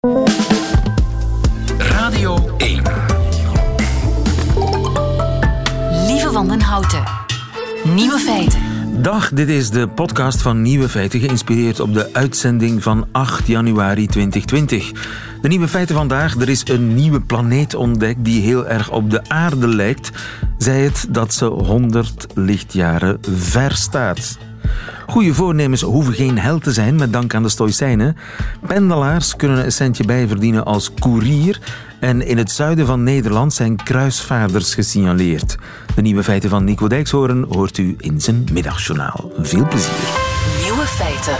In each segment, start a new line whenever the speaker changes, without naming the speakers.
Radio 1.
Lieve Wandenhouten. Nieuwe feiten.
Dag, dit is de podcast van Nieuwe Feiten, geïnspireerd op de uitzending van 8 januari 2020. De nieuwe feiten vandaag: er is een nieuwe planeet ontdekt die heel erg op de aarde lijkt. Zij het dat ze 100 lichtjaren ver staat. Goede voornemens hoeven geen hel te zijn, met dank aan de Stoïcijnen. Pendelaars kunnen een centje bijverdienen als koerier. En in het zuiden van Nederland zijn kruisvaarders gesignaleerd. De nieuwe feiten van Nico Dijkshoorn hoort u in zijn middagjournaal. Veel plezier.
Nieuwe feiten.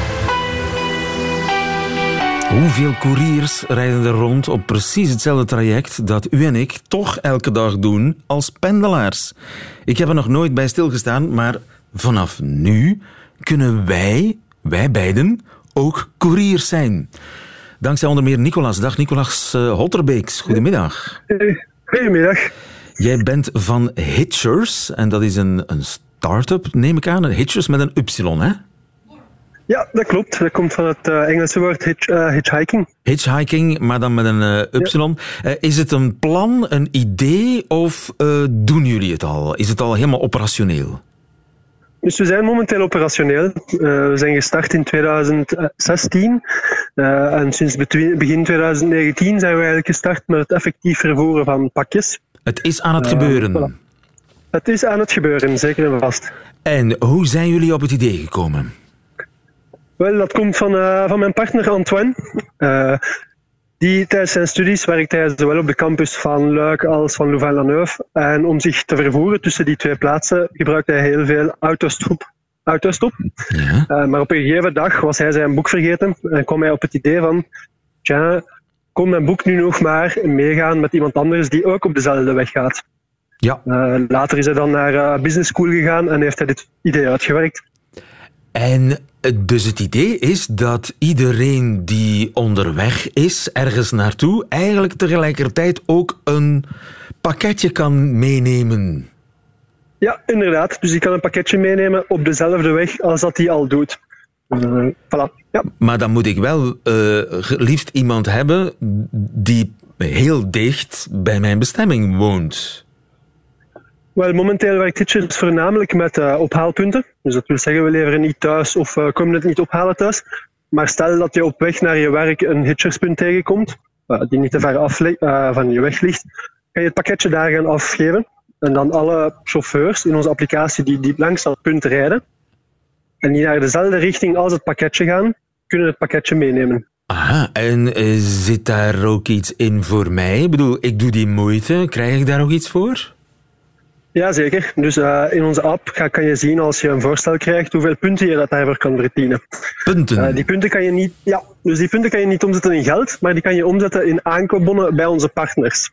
Hoeveel koeriers rijden er rond op precies hetzelfde traject dat u en ik toch elke dag doen als pendelaars? Ik heb er nog nooit bij stilgestaan, maar vanaf nu kunnen wij beiden, ook koeriers zijn. Dankzij onder meer Nicolas. Dag Nicolas Hotterbeeks. Goedemiddag.
Goedemiddag.
Jij bent van Hitchers en dat is een start-up, neem ik aan. Hitchers met een Y, hè?
Ja, dat klopt. Dat komt van het Engelse woord hitchhiking.
Hitchhiking, maar dan met een Y. Ja. Is het een plan, een idee of doen jullie het al? Is het al helemaal operationeel?
Dus we zijn momenteel operationeel. We zijn gestart in 2016. En sinds begin 2019 zijn we eigenlijk gestart met het effectief vervoeren van pakjes.
Het is aan het gebeuren.
Voilà. Het is aan het gebeuren, zeker en vast.
En hoe zijn jullie op het idee gekomen?
Wel, dat komt van mijn partner Antoine. Die tijdens zijn studies werkte hij zowel op de campus van Luik als van Louvain-la-Neuve. En om zich te vervoeren tussen die twee plaatsen gebruikte hij heel veel autostop.
Ja.
Maar op een gegeven dag was hij zijn boek vergeten en kwam hij op het idee van: tja, kon mijn boek nu nog maar meegaan met iemand anders die ook op dezelfde weg gaat.
Ja.
Later is hij dan naar business school gegaan en heeft hij dit idee uitgewerkt.
En dus het idee is dat iedereen die onderweg is, ergens naartoe, eigenlijk tegelijkertijd ook een pakketje kan meenemen.
Ja, inderdaad. Dus die kan een pakketje meenemen op dezelfde weg als dat hij al doet. Voilà. Ja.
Maar dan moet ik wel liefst iemand hebben die heel dicht bij mijn bestemming woont.
Wel, momenteel werkt Hitchers voornamelijk met ophaalpunten. Dus dat wil zeggen, we leveren niet thuis of komen het niet ophalen thuis. Maar stel dat je op weg naar je werk een Hitcherspunt tegenkomt, die niet te ver af van je weg ligt, kan je het pakketje daar gaan afgeven. En dan alle chauffeurs in onze applicatie die langs dat punt rijden en die naar dezelfde richting als het pakketje gaan, kunnen het pakketje meenemen.
Aha, en zit daar ook iets in voor mij? Ik bedoel, ik doe die moeite. Krijg ik daar ook iets voor?
Jazeker. Dus in onze app kan je zien als je een voorstel krijgt hoeveel punten je daarvoor kan verdienen.
Punten?
Die punten kan je niet, ja, dus die punten kan je niet omzetten in geld, maar die kan je omzetten in aankoopbonnen bij onze partners.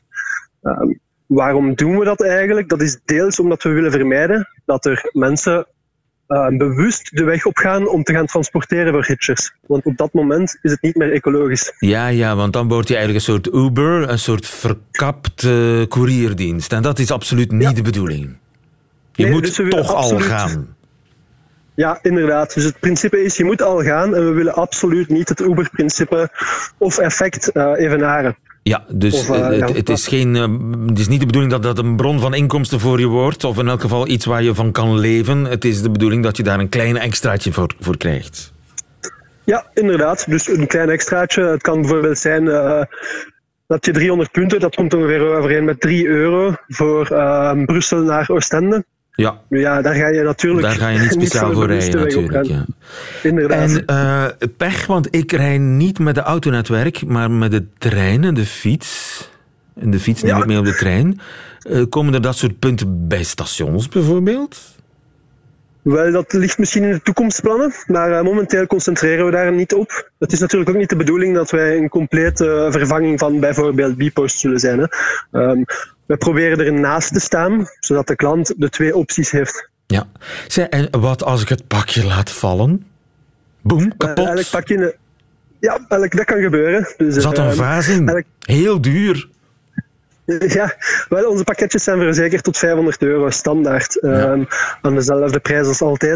Waarom doen we dat eigenlijk? Dat is deels omdat we willen vermijden dat er mensen bewust de weg opgaan om te gaan transporteren voor Hitchers. Want op dat moment is het niet meer ecologisch.
Ja, want dan word je eigenlijk een soort Uber, een soort verkapte courierdienst. En dat is absoluut niet de bedoeling. Je moet dus toch al gaan.
Ja, inderdaad. Dus het principe is, je moet al gaan en we willen absoluut niet het Uber-principe of effect evenaren.
Ja, dus het is niet de bedoeling dat dat een bron van inkomsten voor je wordt, of in elk geval iets waar je van kan leven. Het is de bedoeling dat je daar een klein extraatje voor krijgt.
Ja, inderdaad. Dus een klein extraatje. Het kan bijvoorbeeld zijn dat je 300 punten, dat komt ongeveer overeen met €3 voor Brussel naar Oostende.
Ja.
Nu ja, daar ga je natuurlijk
daar ga je niet speciaal voor rijden, natuurlijk. Ja.
Inderdaad.
En pech, want ik rij niet met de auto naar het werk, maar met de trein en de fiets. En de fiets neem ik mee op de trein. Komen er dat soort punten bij stations bijvoorbeeld?
Wel, dat ligt misschien in de toekomstplannen, maar momenteel concentreren we daar niet op. Het is natuurlijk ook niet de bedoeling dat wij een complete vervanging van bijvoorbeeld Bpost zullen zijn. Hè. We proberen er naast te staan, zodat de klant de twee opties heeft.
Ja. En wat als ik het pakje laat vallen? Boem, kapot?
Elk pakje... Ja, dat kan gebeuren. Dus,
zat een vaas in? Heel duur.
Ja, wel, onze pakketjes zijn verzekerd tot €500 standaard. Aan dezelfde prijs als altijd.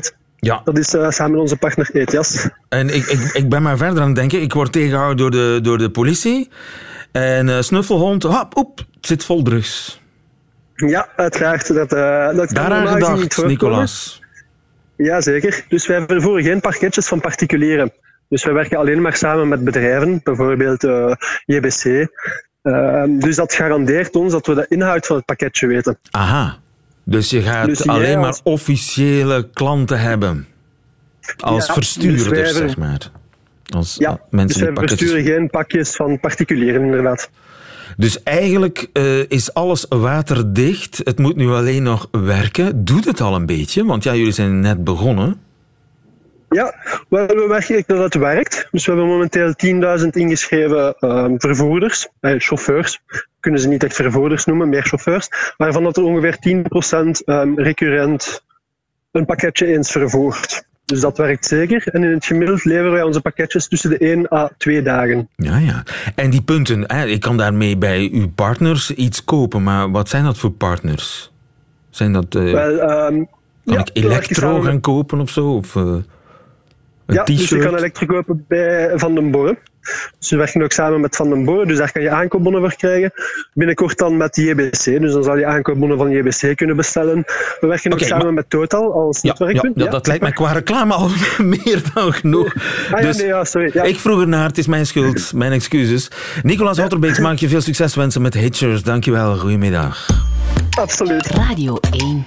Ja.
Dat is samen met onze partner ETIAS.
En ik ben maar verder aan het denken. Ik word tegengehouden door de politie. En snuffelhond, hop, oep, het zit vol drugs.
Ja, uiteraard. Dat
Daaraan gedacht, Nicolas.
Jazeker. Dus wij vervoeren geen pakketjes van particulieren. Dus wij werken alleen maar samen met bedrijven, bijvoorbeeld JBC. Dus dat garandeert ons dat we de inhoud van het pakketje weten.
Aha. Dus je gaat alleen maar officiële klanten hebben. Als verstuurders, zeg maar. Als mensen
dus wij versturen geen pakjes van particulieren, inderdaad.
Dus eigenlijk is alles waterdicht. Het moet nu alleen nog werken. Doet het al een beetje? Want ja, jullie zijn net begonnen.
Ja, we merken dat het werkt. Dus we hebben momenteel 10.000 ingeschreven vervoerders, chauffeurs. Kunnen ze niet echt vervoerders noemen, meer chauffeurs. Waarvan dat er ongeveer 10% recurrent een pakketje eens vervoert. Dus dat werkt zeker. En in het gemiddeld leveren wij onze pakketjes tussen de 1 à 2 dagen.
Ja. En die punten, ik kan daarmee bij uw partners iets kopen. Maar wat zijn dat voor partners? Zijn dat... kan ik elektro gaan kopen of zo? Of een t-shirt?
Dus je kan elektro kopen bij Van den Borre. Dus we werken ook samen met Van den Borre, dus daar kan je aankoopbonnen voor krijgen. Binnenkort dan met JBC, dus dan zal je aankoopbonnen van JBC kunnen bestellen. We werken ook samen met Total als netwerkpunt.
Dat lijkt mij qua reclame al meer dan genoeg.
Sorry. Ja.
Ik vroeg ernaar, het is mijn schuld, mijn excuses. Nicolas Otterbeeks, maak je veel succes wensen met Hitchers. Dankjewel, goedemiddag.
Absoluut.
Radio 1.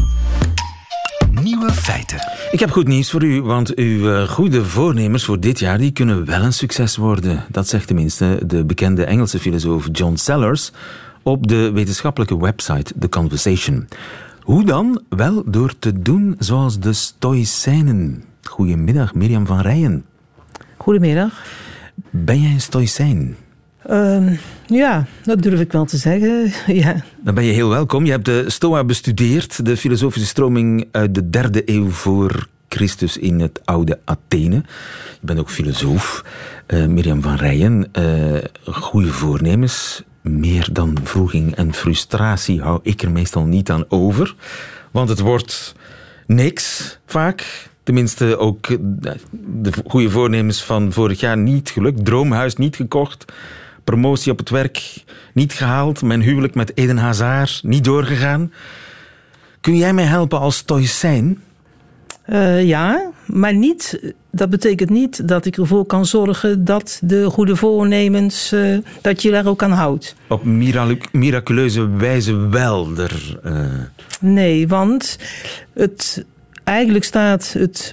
Nieuwe feiten.
Ik heb goed nieuws voor u, want uw goede voornemens voor dit jaar die kunnen wel een succes worden. Dat zegt tenminste de bekende Engelse filosoof John Sellers op de wetenschappelijke website The Conversation. Hoe dan? Wel door te doen zoals de Stoïcijnen. Goedemiddag, Mirjam van Rijen.
Goedemiddag.
Ben jij een Stoïcijn?
Ja, dat durf ik wel te zeggen. Ja.
Dan ben je heel welkom. Je hebt de Stoa bestudeerd, de filosofische stroming uit de 3e eeuw voor Christus in het oude Athene. Je bent ook filosoof. Mirjam van Rijen, goede voornemens. Meer dan wroeging en frustratie hou ik er meestal niet aan over. Want het wordt niks, vaak. Tenminste, ook de goede voornemens van vorig jaar niet gelukt. Droomhuis niet gekocht. Promotie op het werk niet gehaald. Mijn huwelijk met Eden Hazard niet doorgegaan. Kun jij mij helpen als stoïcijn?
Ja, maar dat betekent niet dat ik ervoor kan zorgen dat de goede voornemens, dat je daar ook aan houdt.
Op miraculeuze wijze wel.
Nee, want eigenlijk staat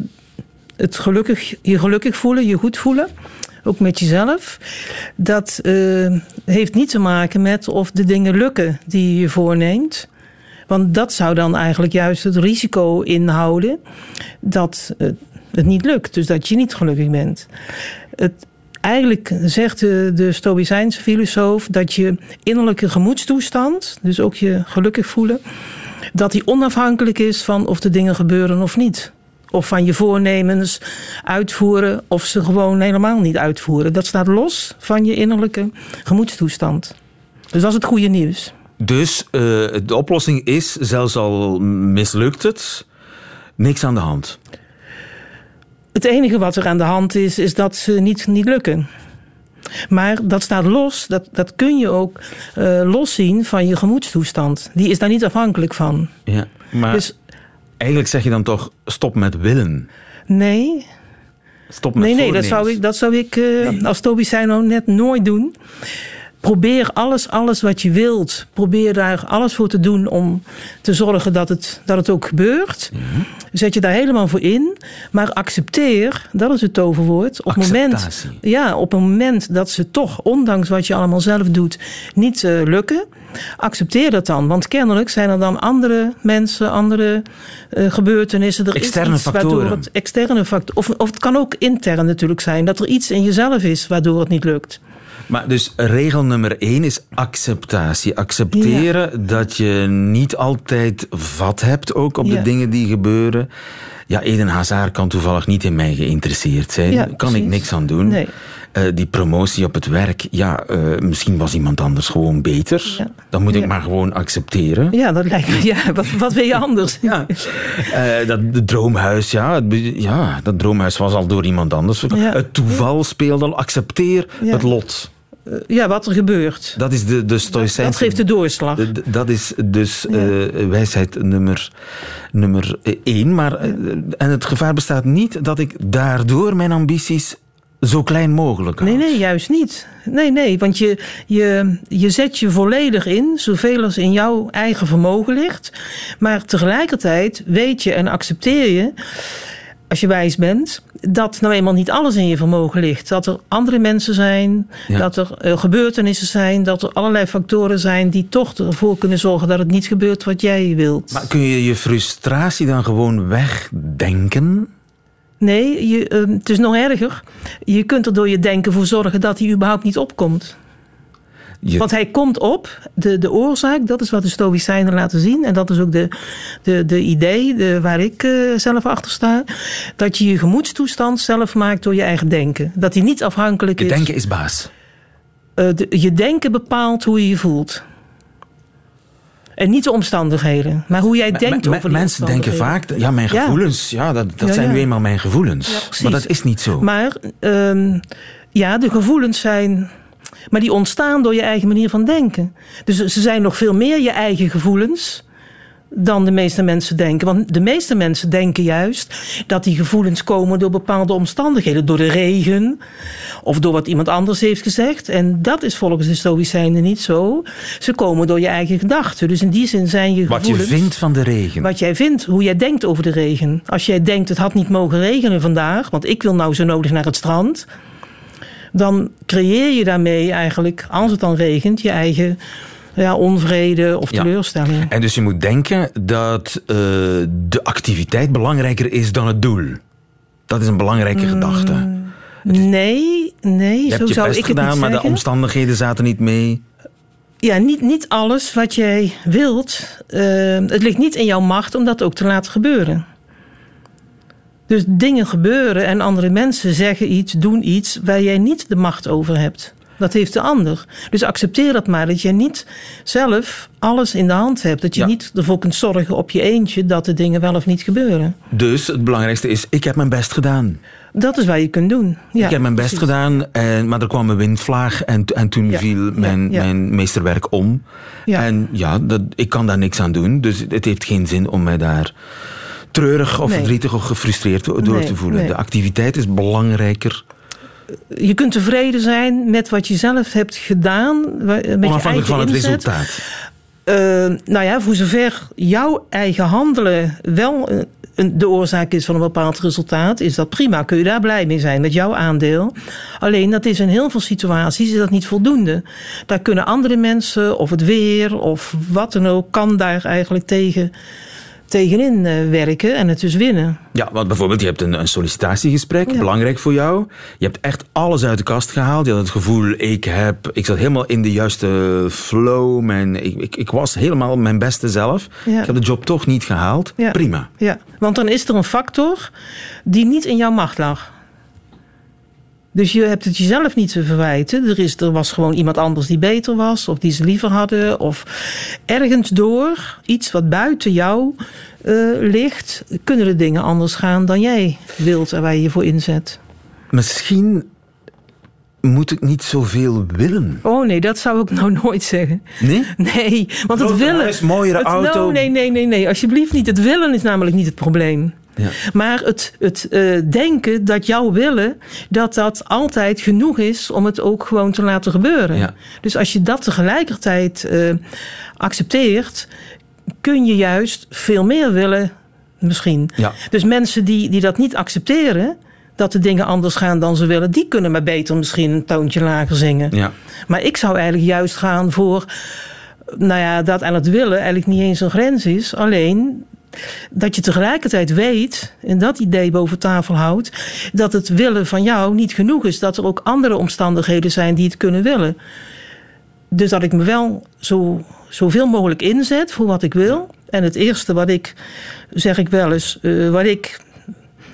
je gelukkig voelen, je goed voelen, ook met jezelf. Dat heeft niet te maken met of de dingen lukken die je voorneemt. Want dat zou dan eigenlijk juist het risico inhouden dat het niet lukt. Dus dat je niet gelukkig bent. Eigenlijk zegt de Stoïcijnse filosoof dat je innerlijke gemoedstoestand, dus ook je gelukkig voelen, dat die onafhankelijk is van of de dingen gebeuren of niet. Of van je voornemens uitvoeren of ze gewoon helemaal niet uitvoeren. Dat staat los van je innerlijke gemoedstoestand. Dus dat is het goede nieuws.
Dus de oplossing is, zelfs al mislukt het, niks aan de hand.
Het enige wat er aan de hand is dat ze niet lukken. Maar dat staat los, dat kun je ook loszien van je gemoedstoestand. Die is daar niet afhankelijk van.
Ja, maar dus, eigenlijk zeg je dan toch stop met willen?
Nee.
Stop met voornemens.
Dat zou ik als Stoïcijn net nooit doen. Probeer alles wat je wilt. Probeer daar alles voor te doen om te zorgen dat het ook gebeurt. Mm-hmm. Zet je daar helemaal voor in. Maar accepteer, dat is het toverwoord. Op het moment dat ze toch, ondanks wat je allemaal zelf doet, niet lukken. Accepteer dat dan. Want kennelijk zijn er dan andere mensen, andere gebeurtenissen.
Externe factoren.
Externe factoren. Of het kan ook intern natuurlijk zijn. Dat er iets in jezelf is waardoor het niet lukt.
Maar dus regel nummer 1 is acceptatie. Accepteren dat je niet altijd vat hebt ook op de dingen die gebeuren. Ja, Eden Hazard kan toevallig niet in mij geïnteresseerd zijn.
Ja,
kan
precies.
ik niks aan doen.
Nee.
Die promotie op het werk, misschien was iemand anders gewoon beter.
Ja.
Dat moet ik
Ja.
maar gewoon accepteren.
Ja, dat lijkt me. Ja, wat wil je anders?
Ja. Dat droomhuis, dat droomhuis was al door iemand anders.
Ja.
Het toeval speelde al. Accepteer het lot.
Ja, wat er gebeurt.
Dat is de stoïcijnse...
Dat geeft de doorslag.
Dat is dus wijsheid nummer 1. Maar, en het gevaar bestaat niet dat ik daardoor mijn ambities zo klein mogelijk houd.
Nee, juist niet. Nee, want je zet je volledig in, zoveel als in jouw eigen vermogen ligt. Maar tegelijkertijd weet je en accepteer je, als je wijs bent, dat nou eenmaal niet alles in je vermogen ligt. Dat er andere mensen zijn, dat er gebeurtenissen zijn, dat er allerlei factoren zijn die toch ervoor kunnen zorgen dat het niet gebeurt wat jij wilt.
Maar kun je je frustratie dan gewoon wegdenken?
Nee, het is nog erger. Je kunt er door je denken voor zorgen dat hij überhaupt niet opkomt. Want hij komt op, de oorzaak, dat is wat de Stoïcijnen laten zien. En dat is ook de idee waar ik zelf achter sta. Dat je je gemoedstoestand zelf maakt door je eigen denken. Dat die niet afhankelijk is.
Je denken is baas.
Je denken bepaalt hoe je je voelt. En niet de omstandigheden, maar hoe jij denkt over die
mensen denken vaak, mijn gevoelens, dat zijn nu eenmaal mijn gevoelens. Ja, maar dat is niet zo.
Maar de gevoelens zijn... Maar die ontstaan door je eigen manier van denken. Dus ze zijn nog veel meer je eigen gevoelens dan de meeste mensen denken. Want de meeste mensen denken juist dat die gevoelens komen door bepaalde omstandigheden. Door de regen of door wat iemand anders heeft gezegd. En dat is volgens de Stoïcijnen niet zo. Ze komen door je eigen gedachten. Dus in die zin zijn je gevoelens...
Wat je vindt van de regen.
Wat jij vindt, hoe jij denkt over de regen. Als jij denkt, het had niet mogen regenen vandaag, want ik wil nou zo nodig naar het strand, dan creëer je daarmee eigenlijk, als het dan regent, je eigen onvrede of teleurstelling.
En dus je moet denken dat de activiteit belangrijker is dan het doel. Dat is een belangrijke gedachte.
Nee, zo zou ik het niet zeggen. Je hebt je best gedaan,
maar de omstandigheden zaten niet mee.
Ja, niet alles wat jij wilt. Het ligt niet in jouw macht om dat ook te laten gebeuren. Dus dingen gebeuren en andere mensen zeggen iets, doen iets waar jij niet de macht over hebt. Dat heeft de ander. Dus accepteer dat maar, dat je niet zelf alles in de hand hebt. Dat je niet ervoor kunt zorgen op je eentje dat de dingen wel of niet gebeuren.
Dus het belangrijkste is, ik heb mijn best gedaan.
Dat is wat je kunt doen. Ja,
ik heb mijn best gedaan, maar er kwam een windvlaag en toen viel mijn meesterwerk om. Ja. En ik kan daar niks aan doen. Dus het heeft geen zin om mij daar treurig of verdrietig of gefrustreerd door te voelen. Nee. De activiteit is belangrijker.
Je kunt tevreden zijn met wat je zelf hebt gedaan.
Onafhankelijk van het resultaat.
Voor zover jouw eigen handelen wel de oorzaak is van een bepaald resultaat, is dat prima. Kun je daar blij mee zijn met jouw aandeel. Alleen dat is in heel veel situaties is dat niet voldoende. Daar kunnen andere mensen of het weer of wat dan ook kan daar eigenlijk tegenin werken en het dus winnen. Ja,
want bijvoorbeeld je hebt een sollicitatiegesprek, belangrijk voor jou. Je hebt echt alles uit de kast gehaald. Je had het gevoel, ik zat helemaal in de juiste flow. Ik was helemaal mijn beste zelf. Ja. Ik heb de job toch niet gehaald. Ja. Prima.
Ja, want dan is er een factor die niet in jouw macht lag. Dus je hebt het jezelf niet te verwijten. Er was gewoon iemand anders die beter was, of die ze liever hadden. Of ergens door iets wat buiten jou ligt, kunnen de dingen anders gaan dan jij wilt en waar je je voor inzet.
Misschien moet ik niet zoveel willen.
Oh nee, dat zou ik nou nooit zeggen.
Nee?
Nee, want het willen...
Huis, mooiere auto...
Nee, alsjeblieft niet. Het willen is namelijk niet het probleem. Ja. Maar het denken dat jouw willen, dat altijd genoeg is om het ook gewoon te laten gebeuren. Ja. Dus als je dat tegelijkertijd accepteert, kun je juist veel meer willen misschien. Ja. Dus mensen die dat niet accepteren, dat de dingen anders gaan dan ze willen, die kunnen maar beter misschien een toontje lager zingen. Ja. Maar ik zou eigenlijk juist gaan voor, dat aan het willen eigenlijk niet eens een grens is, alleen dat je tegelijkertijd weet, en dat idee boven tafel houdt, dat het willen van jou niet genoeg is. Dat er ook andere omstandigheden zijn die het kunnen willen. Dus dat ik me wel zoveel mogelijk inzet voor wat ik wil. En het eerste wat ik, zeg ik wel eens, wat ik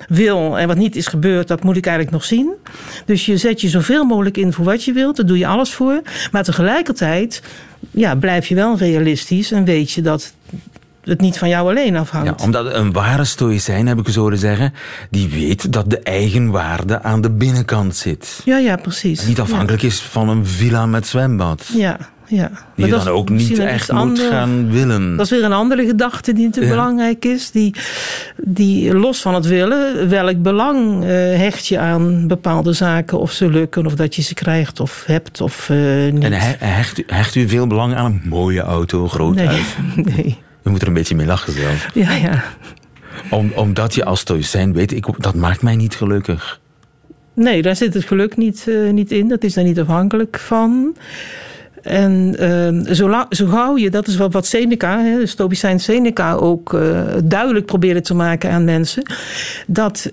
wil en wat niet is gebeurd, dat moet ik eigenlijk nog zien. Dus je zet je zoveel mogelijk in voor wat je wilt. Daar doe je alles voor. Maar tegelijkertijd blijf je wel realistisch en weet je dat het niet van jou alleen afhangt.
Ja, omdat een ware stoïcijn, heb ik eens horen zeggen, die weet dat de eigen waarde aan de binnenkant zit.
Ja, precies.
En niet afhankelijk is van een villa met zwembad.
Ja.
Die je dan ook niet echt moet gaan willen. Dat
is weer een andere gedachte die natuurlijk belangrijk is. Die los van het willen, welk belang hecht je aan bepaalde zaken, of ze lukken, of dat je ze krijgt of hebt of niet.
En hecht u veel belang aan een mooie auto, een groot huis?
Nee.
Je moet er een beetje mee lachen zelf.
Ja.
Omdat je als stoïcijn weet, dat maakt mij niet gelukkig.
Nee, daar zit het geluk niet in. Dat is daar niet afhankelijk van. En zo gauw je, dat is wat Seneca, de stoïcijn Seneca, ook duidelijk probeerde te maken aan mensen, dat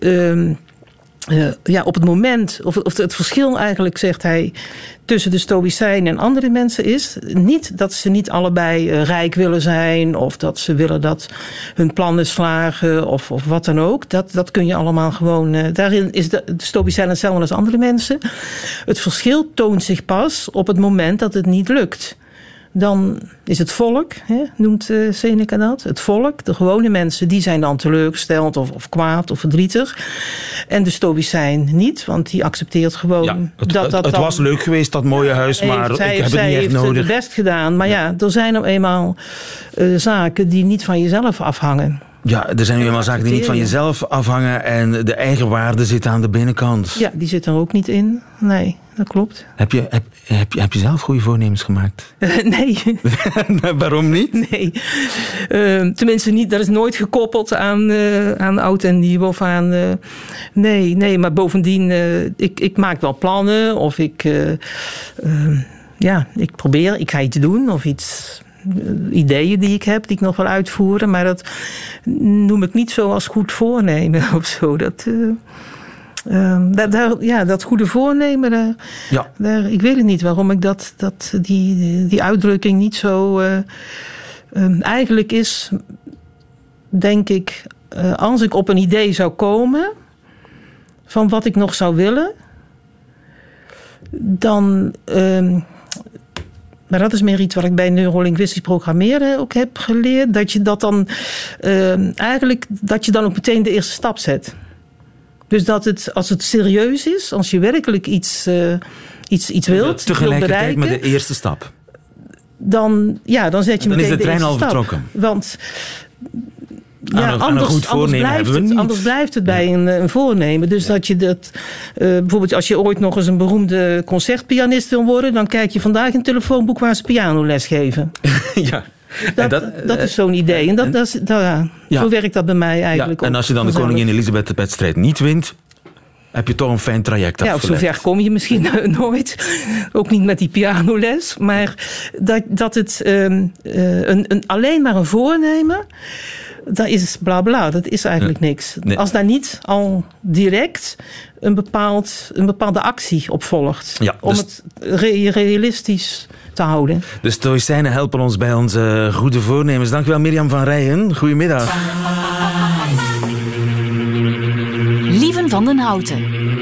op het moment, of het verschil eigenlijk, zegt hij, tussen de stoïcijn en andere mensen is niet dat ze niet allebei rijk willen zijn, of dat ze willen dat hun plannen slagen, of wat dan ook. Dat kun je allemaal gewoon. Daarin is de stoïcijn hetzelfde als andere mensen. Het verschil toont zich pas op het moment dat het niet lukt. Dan is het volk, noemt Seneca dat. Het volk, de gewone mensen, die zijn dan teleurgesteld of kwaad of verdrietig. En de stoïcijn niet, want die accepteert gewoon
het was leuk geweest, dat mooie huis, maar ik heb het niet echt nodig.
Zij heeft het best gedaan, maar er zijn nou eenmaal zaken die niet van jezelf afhangen.
Ja, er zijn nu eenmaal zaken die niet van jezelf afhangen en de eigen waarde zit aan de binnenkant.
Ja, die zit er ook niet in. Nee, dat klopt.
Heb je zelf goede voornemens gemaakt?
Nee.
Waarom niet?
Nee. Tenminste niet. Dat is nooit gekoppeld aan oud en nieuw of aan. Nee, maar bovendien, ik maak wel plannen of ik probeer, ik ga iets doen of iets. Ideeën die ik heb, die ik nog wil uitvoeren, maar dat noem ik niet zo als goed voornemen of zo. Dat goede voornemen, ik weet het niet waarom ik die uitdrukking niet zo. Eigenlijk is, denk ik, als ik op een idee zou komen van wat ik nog zou willen, dan. Maar dat is meer iets wat ik bij neurolinguistisch programmeren ook heb geleerd. Dat je dat dan dat je dan ook meteen de eerste stap zet. Dus dat als het serieus is, als je werkelijk iets wilt,
tegelijkertijd met de eerste stap.
Dan zet je meteen de eerste stap. Dan
is de trein al vertrokken.
Want
anders
blijft het bij een voornemen. Dus dat je dat. Bijvoorbeeld, als je ooit nog eens een beroemde concertpianist wil worden, dan kijk je vandaag in een telefoonboek waar ze pianoles geven.
Ja.
Dat is zo'n idee. En zo werkt dat bij mij eigenlijk.
En als je dan de Koningin Elisabeth-wedstrijd niet wint, heb je toch een fijn traject afgelegd.
Ja, zover kom je misschien nooit. Ook niet met die pianoles. Maar dat het alleen maar een voornemen, dat is bla bla. Dat is eigenlijk niks. Nee. Als daar niet al direct een bepaalde actie op volgt. Ja, om het realistisch te houden.
De stoïcijnen helpen ons bij onze goede voornemens. Dank u wel, Mirjam van Rijen. Goedemiddag.
Lieven van den Houten.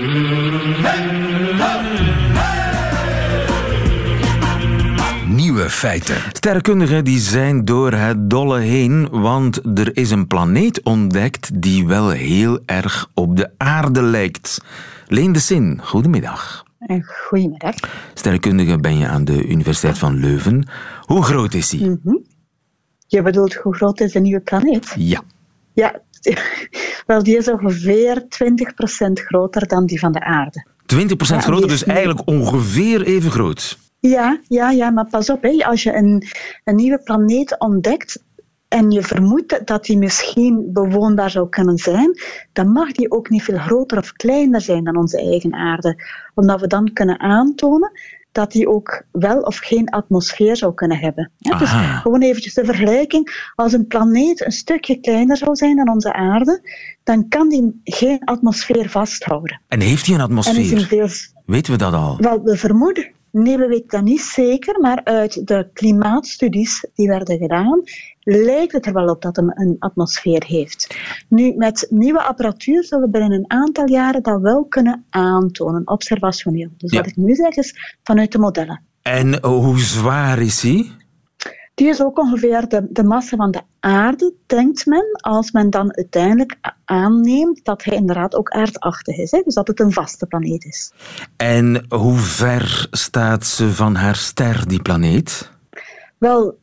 Nieuwe feiten.
Sterrenkundigen die zijn door het dolle heen, want er is een planeet ontdekt die wel heel erg op de aarde lijkt. Leen de Sin, goedemiddag.
Goedemiddag.
Sterrenkundige ben je aan de Universiteit van Leuven. Hoe groot is die?
Je bedoelt, hoe groot is de nieuwe planeet?
Ja.
Ja, wel, die is ongeveer 20% groter dan die van de aarde.
20% groter, dus eigenlijk ongeveer even groot.
Ja, maar pas op, als je een nieuwe planeet ontdekt en je vermoedt dat die misschien bewoonbaar zou kunnen zijn, dan mag die ook niet veel groter of kleiner zijn dan onze eigen aarde. Omdat we dan kunnen aantonen dat die ook wel of geen atmosfeer zou kunnen hebben. Ja, dus gewoon eventjes de vergelijking. Als een planeet een stukje kleiner zou zijn dan onze aarde, dan kan die geen atmosfeer vasthouden.
En heeft hij een atmosfeer? Weten we dat al?
Wel, we vermoeden. Nee, we weten dat niet zeker, maar uit de klimaatstudies die werden gedaan, lijkt het er wel op dat het een atmosfeer heeft. Nu, met nieuwe apparatuur zullen we binnen een aantal jaren dat wel kunnen aantonen, observationeel. Dus wat ik nu zeg is vanuit de modellen.
En hoe zwaar is hij?
Die is ook ongeveer de massa van de aarde, denkt men, als men dan uiteindelijk aanneemt dat hij inderdaad ook aardachtig is. Hè? Dus dat het een vaste planeet is.
En hoe ver staat ze van haar ster, die planeet?
Wel,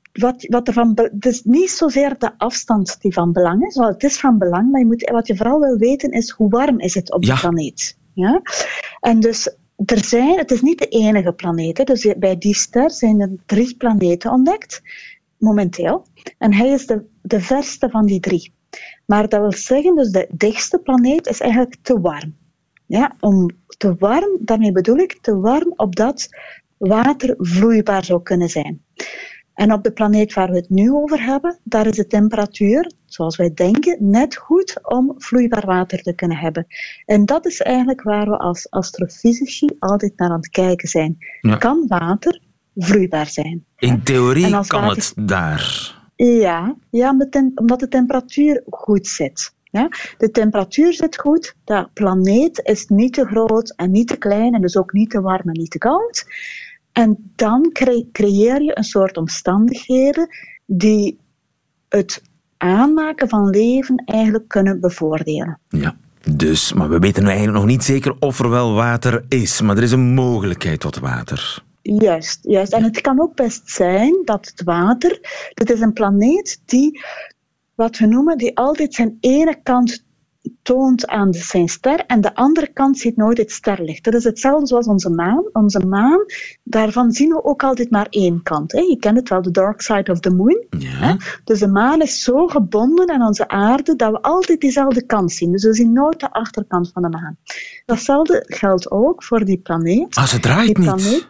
het is niet zozeer de afstand die van belang is. Wel, het is van belang, maar wat je vooral wil weten is hoe warm is het op de planeet. Ja? En dus het is niet de enige planeet. Hè. Dus bij die ster zijn er 3 planeten ontdekt, momenteel. En hij is de verste van die 3. Maar dat wil zeggen, dus de dichtste planeet is eigenlijk te warm. Ja, te warm, daarmee bedoel ik te warm opdat water vloeibaar zou kunnen zijn. En op de planeet waar we het nu over hebben, daar is de temperatuur, zoals wij denken, net goed om vloeibaar water te kunnen hebben. En dat is eigenlijk waar we als astrofysici altijd naar aan het kijken zijn. Ja. Kan water vloeibaar zijn?
In theorie kan het daar.
Ja, omdat de temperatuur goed zit. Ja? De temperatuur zit goed, de planeet is niet te groot en niet te klein en dus ook niet te warm en niet te koud. En dan creëer je een soort omstandigheden die het aanmaken van leven eigenlijk kunnen bevoordelen.
Ja, dus, maar we weten nu eigenlijk nog niet zeker of er wel water is, maar er is een mogelijkheid tot water.
Juist. En het kan ook best zijn dat het water, het is een planeet die, wat we noemen, die altijd zijn ene kant toont aan zijn ster en de andere kant ziet nooit het sterlicht. Dat is hetzelfde zoals onze maan. Onze maan, daarvan zien we ook altijd maar één kant. Hè. Je kent het wel, de dark side of the moon.
Ja.
Hè. Dus de maan is zo gebonden aan onze aarde dat we altijd diezelfde kant zien. Dus we zien nooit de achterkant van de maan. Datzelfde geldt ook voor die planeet.
Ah, ze draait
die
niet?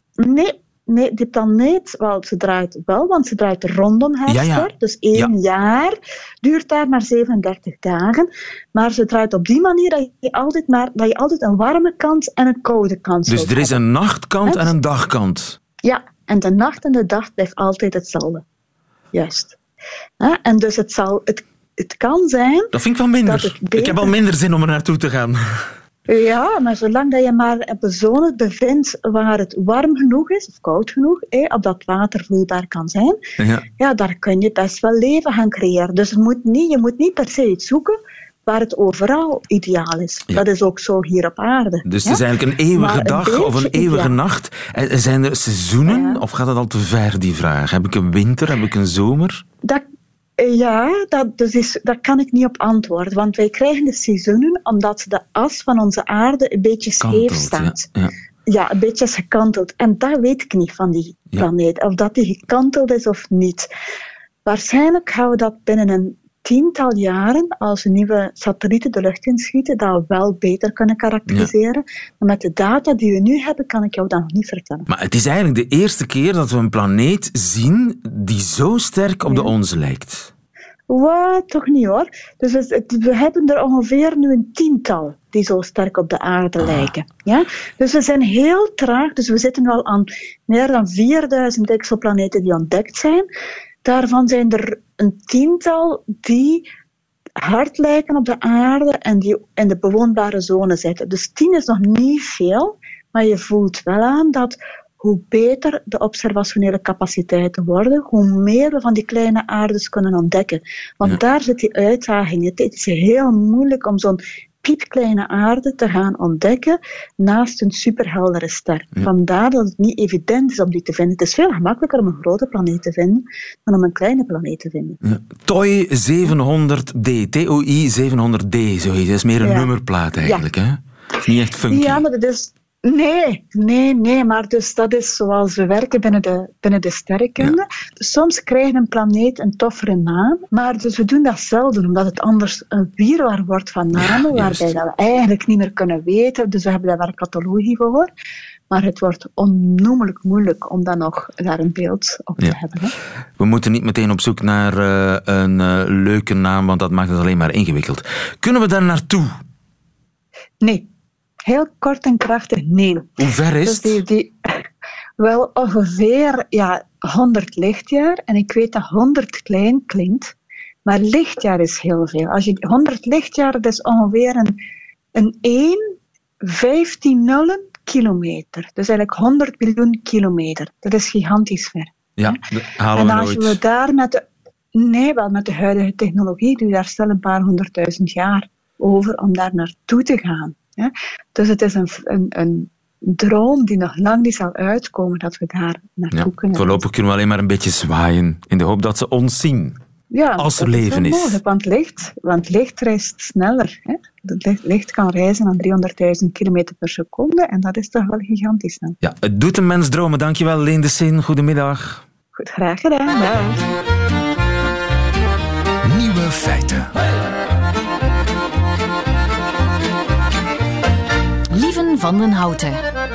Nee, die planeet, wel, ze draait wel, want ze draait rondom haar ster. Dus 1 jaar duurt daar maar 37 dagen. Maar ze draait op die manier dat je altijd een warme kant en een koude kant
Dus er is een nachtkant en een dagkant?
Ja, en de nacht en de dag blijft altijd hetzelfde. Juist. En dus het kan zijn...
Dat vind ik wel minder. Ik heb al minder zin om er naartoe te gaan.
Ja, maar zolang dat je maar op een zone bevindt waar het warm genoeg is, of koud genoeg, opdat water vloeibaar kan zijn, daar kun je best wel leven gaan creëren. Dus je moet niet per se iets zoeken waar het overal ideaal is. Ja. Dat is ook zo hier op aarde.
Dus het is eigenlijk een eeuwige dag of een eeuwige nacht. En zijn er seizoenen, of gaat dat al te ver, die vraag? Heb ik een winter, heb ik een zomer?
Dat kan ik niet op antwoorden, want wij krijgen de seizoenen omdat de as van onze aarde een beetje scheef staat. Ja, een beetje is gekanteld. En dat weet ik niet van die planeet, of dat die gekanteld is of niet. Waarschijnlijk gaan we dat binnen een 10-tal jaren, als we nieuwe satellieten de lucht inschieten, dat wel beter kunnen karakteriseren. Maar met de data die we nu hebben, kan ik jou dat nog niet vertellen.
Maar het is eigenlijk de eerste keer dat we een planeet zien die zo sterk op de onze lijkt.
Wat? Toch niet hoor. Dus we hebben er ongeveer nu een 10-tal die zo sterk op de aarde lijken. Ja? Dus we zijn heel traag. Dus we zitten al aan meer dan 4000 exoplaneten die ontdekt zijn. Daarvan zijn er een 10-tal die hard lijken op de aarde en die in de bewoonbare zone zitten. Dus 10 is nog niet veel, maar je voelt wel aan dat hoe beter de observationele capaciteiten worden, hoe meer we van die kleine aardes kunnen ontdekken. Want daar zit die uitdaging. Het is heel moeilijk om zo'n piepkleine aarde te gaan ontdekken naast een superheldere ster. Ja. Vandaar dat het niet evident is om die te vinden. Het is veel gemakkelijker om een grote planeet te vinden dan om een kleine planeet te vinden.
Ja. TOI 700D, TOI 700D, zo heet. Dat is meer een nummerplaat eigenlijk, hè? Het is niet echt funky.
Ja, maar dat is... Nee, maar dus dat is zoals we werken binnen de sterrenkunde. Ja. Dus soms krijgt een planeet een toffere naam, maar dus we doen dat zelden, omdat het anders een wirwar wordt van namen, waarbij dat we eigenlijk niet meer kunnen weten. Dus we hebben daar katalogie voor. Maar het wordt onnoemelijk moeilijk om dan nog daar een beeld op te hebben. Hè?
We moeten niet meteen op zoek naar een leuke naam, want dat maakt het alleen maar ingewikkeld. Kunnen we daar naartoe?
Nee. heel kort en krachtig nee.
Hoe ver is het?
Dus wel ongeveer 100 lichtjaar. En ik weet dat 100 klein klinkt, maar lichtjaar is heel veel. Als je 100 lichtjaar, dat is ongeveer een 15 nullen kilometer. Dus eigenlijk 100 miljoen kilometer. Dat is gigantisch ver.
Ja, dat halen we nooit.
En als we daar met de huidige technologie, doe je daar stel een paar 100.000 jaar over om daar naartoe te gaan. Ja? Dus het is een droom die nog lang niet zal uitkomen, dat we daar naartoe kunnen.
Voorlopig kunnen we alleen maar een beetje zwaaien, in de hoop dat ze ons zien.
Ja,
als er leven is.
Mogelijk, want licht reist sneller. Hè? Het licht kan reizen aan 300.000 kilometer per seconde en dat is toch wel gigantisch snel.
Ja, het doet een mens dromen. Dankjewel, Leen de Sint. Goedemiddag.
Goed, graag gedaan. Dag.
Nieuwe feiten.
Lieven van den Houten.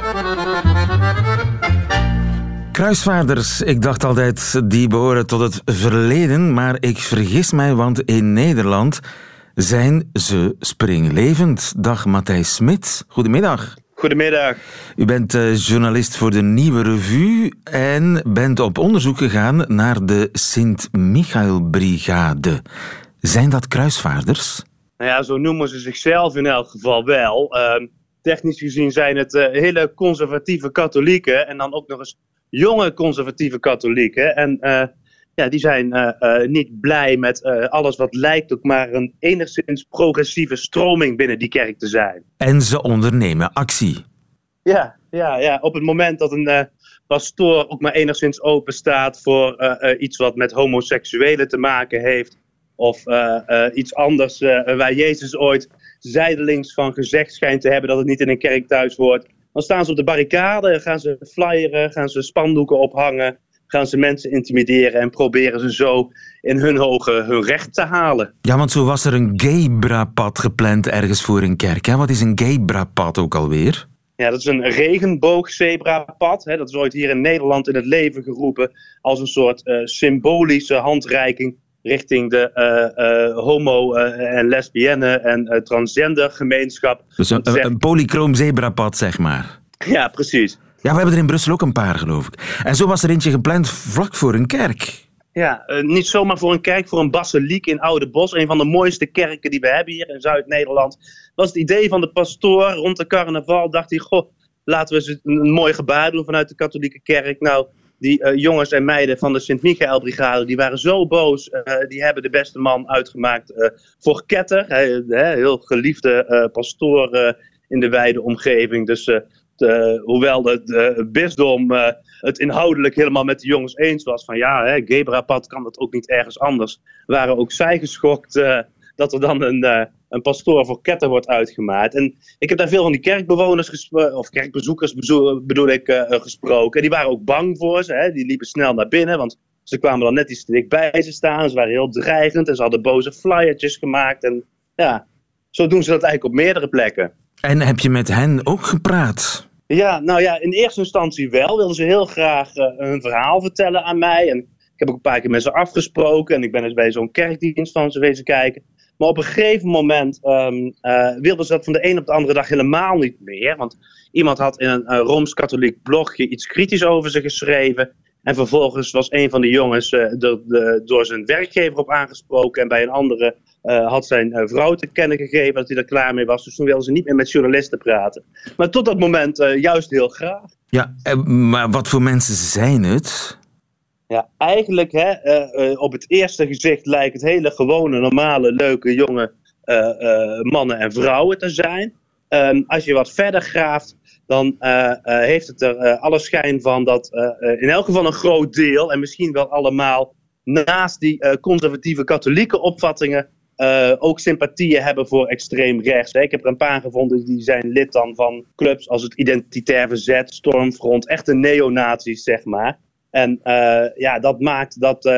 Kruisvaarders, ik dacht altijd die behoren tot het verleden, maar ik vergis mij, want in Nederland zijn ze springlevend. Dag Matthijs Smit, goedemiddag.
Goedemiddag.
U bent journalist voor de Nieuwe Revue en bent op onderzoek gegaan naar de Sint-Michael-brigade. Zijn dat kruisvaarders?
Nou ja, zo noemen ze zichzelf in elk geval wel. Technisch gezien zijn het hele conservatieve katholieken en dan ook nog eens jonge conservatieve katholieken. En die zijn niet blij met alles wat lijkt ook maar een enigszins progressieve stroming binnen die kerk te zijn.
En ze ondernemen actie.
Ja. Op het moment dat een pastoor ook maar enigszins open staat voor iets wat met homoseksuelen te maken heeft, of iets anders waar Jezus ooit zijdelings van gezegd schijnt te hebben dat het niet in een kerk thuis hoort, dan staan ze op de barricade, gaan ze flyeren, gaan ze spandoeken ophangen, gaan ze mensen intimideren en proberen ze zo in hun ogen hun recht te halen.
Ja, want zo was er een Gebra-pad gepland ergens voor een kerk. Hè? Wat is een Gebra-pad ook alweer?
Ja, dat is een regenboogzebrapad. Dat is ooit hier in Nederland in het leven geroepen als een soort symbolische handreiking richting de homo- en lesbienne en transgender gemeenschap.
Dus een polychroom zebrapad, zeg maar.
Ja, precies.
Ja, we hebben er in Brussel ook een paar, geloof ik. En zo was er eentje gepland vlak voor een kerk.
Ja, niet zomaar voor een kerk, voor een basiliek in Oudebosch. Een van de mooiste kerken die we hebben hier in Zuid-Nederland. Was het idee van de pastoor rond de carnaval. Dacht hij, laten we eens een mooi gebaar doen vanuit de katholieke kerk. Nou, die jongens en meiden van de Sint-Michael-brigade, die waren zo boos. Die hebben de beste man uitgemaakt voor Ketter. Heel geliefde pastoor in de wijde omgeving. Dus hoewel het bisdom het inhoudelijk helemaal met de jongens eens was van Gebra-pad kan dat ook niet ergens anders, waren ook zij geschokt dat er dan een pastoor voor Ketter wordt uitgemaakt. En ik heb daar veel van die kerkbewoners of kerkbezoekers gesproken. Die waren ook bang voor ze. Die liepen snel naar binnen, want ze kwamen dan net iets te dicht bij ze staan. Ze waren heel dreigend en ze hadden boze flyertjes gemaakt. En ja, zo doen ze dat eigenlijk op meerdere plekken.
En heb je met hen ook gepraat?
Ja, nou ja, in eerste instantie wel. Wilden ze heel graag hun verhaal vertellen aan mij. En ik heb ook een paar keer met ze afgesproken. En ik ben eens bij zo'n kerkdienst van ze wezen kijken. Maar op een gegeven moment wilden ze dat van de een op de andere dag helemaal niet meer. Want iemand had in een Rooms-katholiek blogje iets kritisch over ze geschreven. En vervolgens was een van de jongens door zijn werkgever op aangesproken. En bij een andere had zijn vrouw te kennen gegeven dat hij er klaar mee was. Dus toen wilden ze niet meer met journalisten praten. Maar tot dat moment juist heel graag.
Ja, maar wat voor mensen zijn het?
Ja, eigenlijk op het eerste gezicht lijkt het hele gewone, normale, leuke, jonge mannen en vrouwen te zijn. Als je wat verder graaft, dan heeft het er alle schijn van dat in elk geval een groot deel, en misschien wel allemaal, naast die conservatieve katholieke opvattingen, ook sympathieën hebben voor extreem rechts. Ik heb er een paar gevonden die zijn lid dan van clubs als het Identitair Verzet, Stormfront, echte neonazies, zeg maar. En dat maakt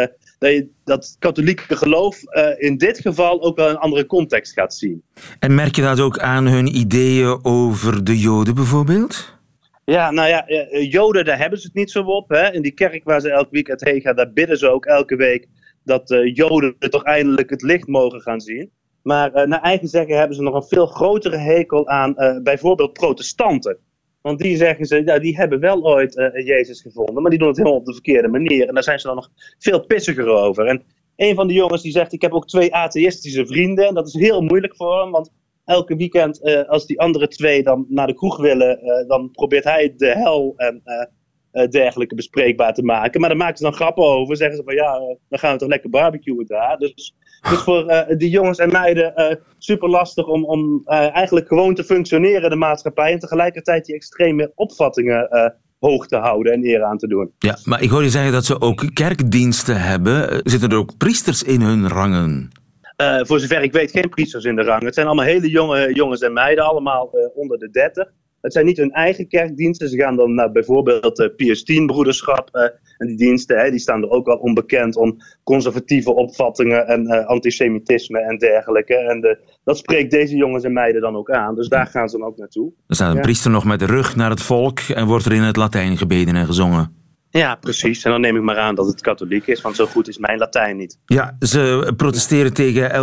dat katholieke geloof in dit geval ook wel een andere context gaat zien.
En merk je dat ook aan hun ideeën over de Joden bijvoorbeeld?
Ja, nou ja, Joden, daar hebben ze het niet zo op. Hè. In die kerk waar ze elk weekend heen gaan, daar bidden ze ook elke week dat Joden toch eindelijk het licht mogen gaan zien. Maar naar eigen zeggen hebben ze nog een veel grotere hekel aan bijvoorbeeld protestanten. Want die zeggen ze, die hebben wel ooit Jezus gevonden, maar die doen het helemaal op de verkeerde manier. En daar zijn ze dan nog veel pissiger over. En een van de jongens die zegt, ik heb ook 2 atheïstische vrienden. En dat is heel moeilijk voor hem, want elke weekend als die andere 2 dan naar de kroeg willen, dan probeert hij de hel en dergelijke bespreekbaar te maken. Maar daar maken ze dan grappen over. Zeggen ze van dan gaan we toch lekker barbecuen daar. Dus voor die jongens en meiden super lastig om eigenlijk gewoon te functioneren in de maatschappij. En tegelijkertijd die extreme opvattingen hoog te houden en eer aan te doen.
Ja, maar ik hoor je zeggen dat ze ook kerkdiensten hebben. Zitten er ook priesters in hun rangen?
Voor zover ik weet geen priesters in de rangen. Het zijn allemaal hele jonge jongens en meiden, allemaal onder de 30. Het zijn niet hun eigen kerkdiensten. Ze gaan dan naar bijvoorbeeld Pius X-broederschap. En die diensten die staan er ook wel onbekend om conservatieve opvattingen en antisemitisme en dergelijke. En dat spreekt deze jongens en meiden dan ook aan. Dus daar gaan ze dan ook naartoe.
Er staat een priester nog met de rug naar het volk en wordt er in het Latijn gebeden en gezongen.
Ja, precies. En dan neem ik maar aan dat het katholiek is, want zo goed is mijn Latijn niet.
Ja, ze protesteren tegen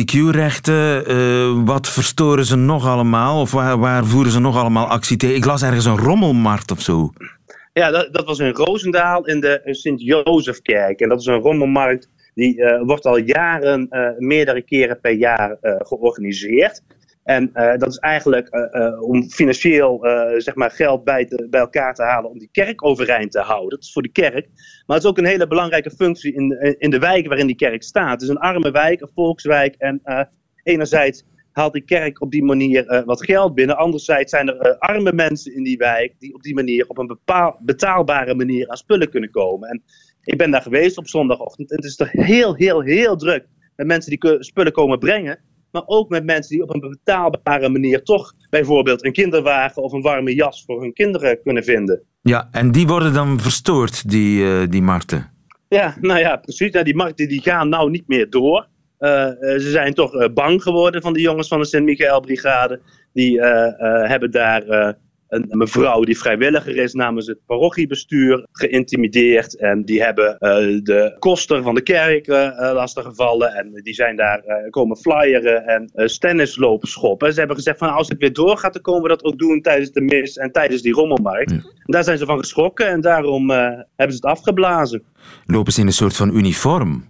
LGBTQ-rechten. Wat verstoren ze nog allemaal? Of waar voeren ze nog allemaal actie tegen? Ik las ergens een rommelmarkt of zo.
Ja, dat was in Roosendaal in de Sint-Jozefkerk. En dat is een rommelmarkt die wordt al jaren, meerdere keren per jaar georganiseerd. En dat is eigenlijk om financieel geld bij elkaar te halen om die kerk overeind te houden. Dat is voor de kerk. Maar het is ook een hele belangrijke functie in de wijk waarin die kerk staat. Het is een arme wijk, een volkswijk. En enerzijds haalt die kerk op die manier wat geld binnen. Anderzijds zijn er arme mensen in die wijk die op die manier op een betaalbare manier aan spullen kunnen komen. En ik ben daar geweest op zondagochtend. En het is toch heel, heel, heel druk met mensen die spullen komen brengen. Maar ook met mensen die op een betaalbare manier toch bijvoorbeeld een kinderwagen of een warme jas voor hun kinderen kunnen vinden.
Ja, en die worden dan verstoord, die markten?
Ja, nou ja, precies. Ja, die markten die gaan nou niet meer door. Ze zijn toch bang geworden van de jongens van de Sint-Michael-brigade. Die hebben daar een mevrouw die vrijwilliger is namens het parochiebestuur geïntimideerd. En die hebben de koster van de kerk lastiggevallen. En die zijn daar komen flyeren en stennis lopen schoppen. Ze hebben gezegd van als het weer doorgaat, dan komen we dat ook doen tijdens de mis en tijdens die rommelmarkt. Ja. En daar zijn ze van geschrokken en daarom hebben ze het afgeblazen.
Lopen ze in een soort van uniform?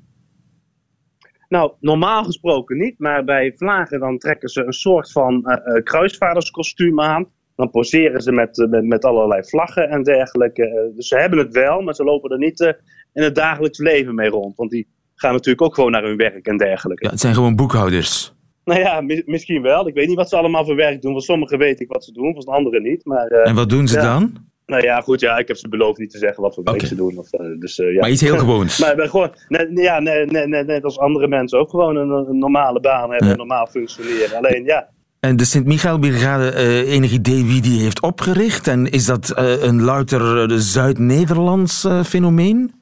Nou, normaal gesproken niet. Maar bij vlagen dan trekken ze een soort van kruisvaarderskostuum aan. Dan poseren ze met allerlei vlaggen en dergelijke. Dus ze hebben het wel, maar ze lopen er niet in het dagelijks leven mee rond. Want die gaan natuurlijk ook gewoon naar hun werk en dergelijke.
Ja, het zijn gewoon boekhouders.
Nou ja, misschien wel. Ik weet niet wat ze allemaal voor werk doen. Van sommigen weet ik wat ze doen, van anderen niet. Maar,
en wat doen ze dan?
Nou ja, goed, ik heb ze beloofd niet te zeggen wat voor werk ze doen.
Maar iets heel gewoons.
Maar gewoon, net als andere mensen ook gewoon een normale baan hebben en normaal functioneren. Alleen
En de Sint-Michael-brigade, enig idee wie die heeft opgericht? En is dat een louter Zuid-Nederlands fenomeen?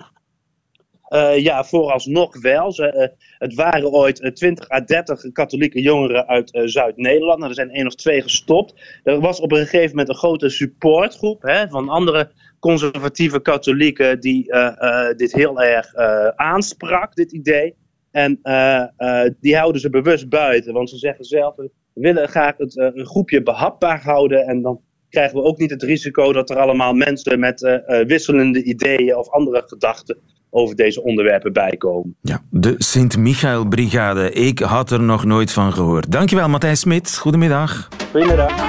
Ja, vooralsnog wel. Het waren ooit 20 à 30 katholieke jongeren uit Zuid-Nederland. Er zijn 1 of 2 gestopt. Er was op een gegeven moment een grote supportgroep van andere conservatieve katholieken die dit heel erg aansprak, dit idee. En die houden ze bewust buiten, want ze zeggen zelf, we willen graag een groepje behapbaar houden en dan krijgen we ook niet het risico dat er allemaal mensen met wisselende ideeën of andere gedachten over deze onderwerpen bijkomen.
Ja, de Sint-Michael-brigade. Ik had er nog nooit van gehoord. Dankjewel, Matthijs Smit. Goedemiddag.
Goedemiddag.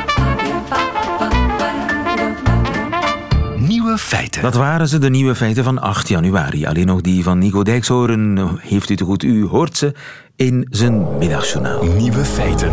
Nieuwe feiten.
Dat waren ze, de nieuwe feiten van 8 januari. Alleen nog die van Nico Dijkshoorn. Heeft u te goed, u hoort ze in zijn middagjournaal.
Nieuwe feiten.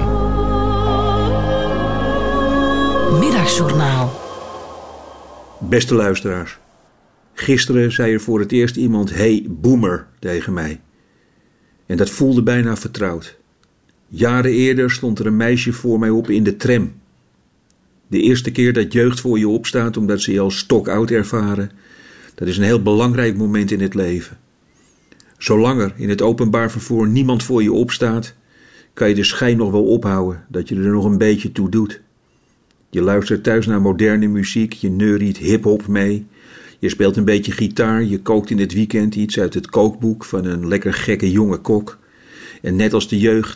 Middagjournaal.
Beste luisteraars. Gisteren zei er voor het eerst iemand, hey boomer, tegen mij. En dat voelde bijna vertrouwd. Jaren eerder stond er een meisje voor mij op in de tram. De eerste keer dat jeugd voor je opstaat omdat ze je als stokoud ervaren, dat is een heel belangrijk moment in het leven. Zolang er in het openbaar vervoer niemand voor je opstaat, kan je de schijn nog wel ophouden dat je er nog een beetje toe doet. Je luistert thuis naar moderne muziek, je neuriet hip-hop mee. Je speelt een beetje gitaar, je kookt in het weekend iets uit het kookboek van een lekker gekke jonge kok. En net als de jeugd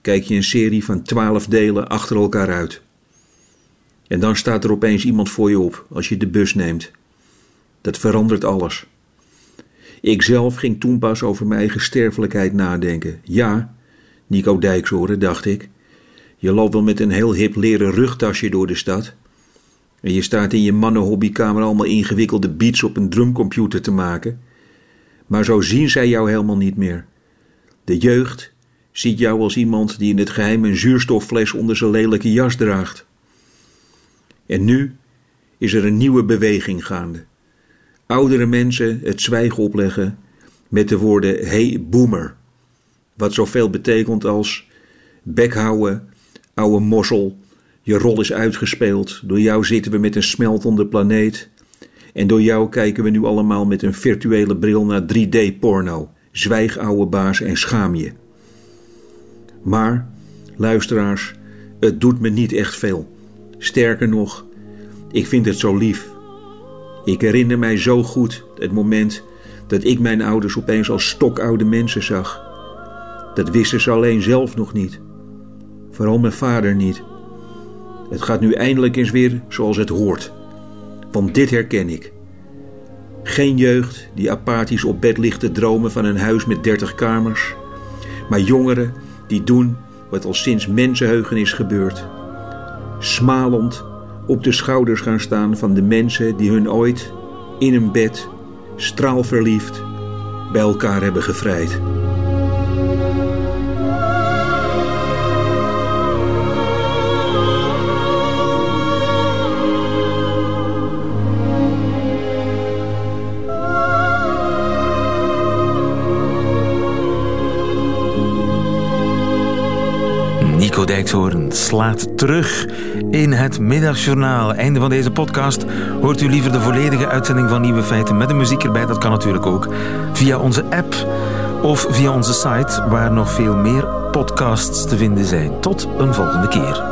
kijk je een serie van 12 delen achter elkaar uit. En dan staat er opeens iemand voor je op als je de bus neemt. Dat verandert alles. Ik zelf ging toen pas over mijn eigen sterfelijkheid nadenken. Ja, Nico Dijkshoorn, dacht ik. Je loopt wel met een heel hip leren rugtasje door de stad. En je staat in je mannenhobbykamer allemaal ingewikkelde beats op een drumcomputer te maken. Maar zo zien zij jou helemaal niet meer. De jeugd ziet jou als iemand die in het geheim een zuurstoffles onder zijn lelijke jas draagt. En nu is er een nieuwe beweging gaande. Oudere mensen het zwijgen opleggen met de woorden hey boomer. Wat zoveel betekent als bek houden, ouwe mossel, je rol is uitgespeeld. Door jou zitten we met een smeltende planeet. En door jou kijken we nu allemaal met een virtuele bril naar 3D-porno. Zwijg, ouwe baas, en schaam je. Maar, luisteraars, het doet me niet echt veel. Sterker nog, ik vind het zo lief. Ik herinner mij zo goed het moment dat ik mijn ouders opeens als stokoude mensen zag. Dat wisten ze alleen zelf nog niet. Vooral mijn vader niet. Het gaat nu eindelijk eens weer zoals het hoort. Want dit herken ik. Geen jeugd die apathisch op bed ligt te dromen van een huis met 30 kamers. Maar jongeren die doen wat al sinds mensenheugen is gebeurd. Smalend op de schouders gaan staan van de mensen die hun ooit in een bed, straalverliefd, bij elkaar hebben gevrijd.
Nico Dijkshoorn slaat terug in het Middagjournaal. Einde van deze podcast. Hoort u liever de volledige uitzending van Nieuwe Feiten met de muziek erbij? Dat kan natuurlijk ook via onze app of via onze site, waar nog veel meer podcasts te vinden zijn. Tot een volgende keer.